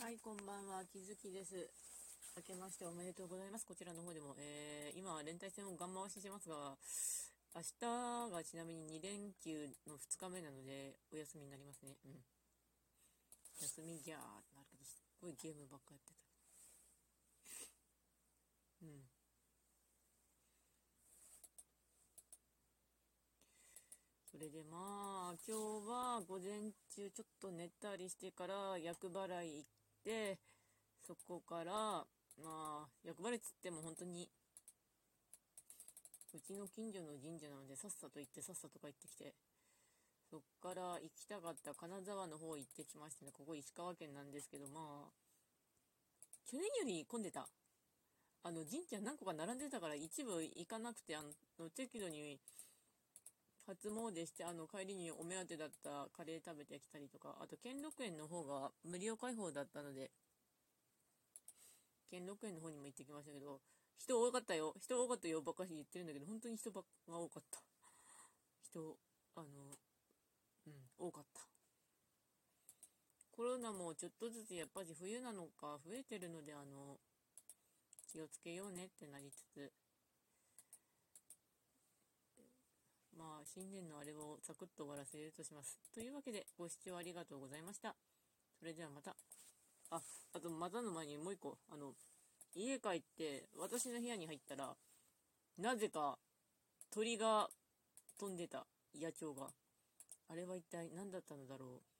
はい、こんばんは、きずきです。明けましておめでとうございます。こちらの方でも、今は連帯戦をガン回ししてますが、明日がちなみに2連休の2日目なので、お休みになりますね。うん。休みギャーってなるけど、すっごいゲームばっかやってた。うん。それでまあ、今日は午前中ちょっと寝たりしてから厄払い行って、そこから、まあ、厄払いつっても本当にうちの近所の神社なのでさっさと行ってさっさと帰ってきて、そっから行きたかった金沢の方行ってきましたね。ここ石川県なんですけど、まあ去年より混んでた。神社何個か並んでたから一部行かなくて、適度に初詣して、帰りにお目当てだったカレー食べてきたりとか、あと兼六園の方が無料開放だったので兼六園の方にも行ってきましたけど、人多かったよ、人多かったよばっかり言ってるんだけど、本当に人が多かった。人、あの多かった。コロナもちょっとずつやっぱり冬なのか増えてるので、気をつけようねってなりつつ、まあ新年のあれをサクッと終わらせるとします。というわけでご視聴ありがとうございました。それではまた。あとまたの前にもう一個、家帰って私の部屋に入ったら、なぜか鳥が飛んでた。野鳥が。あれは一体何だったのだろう。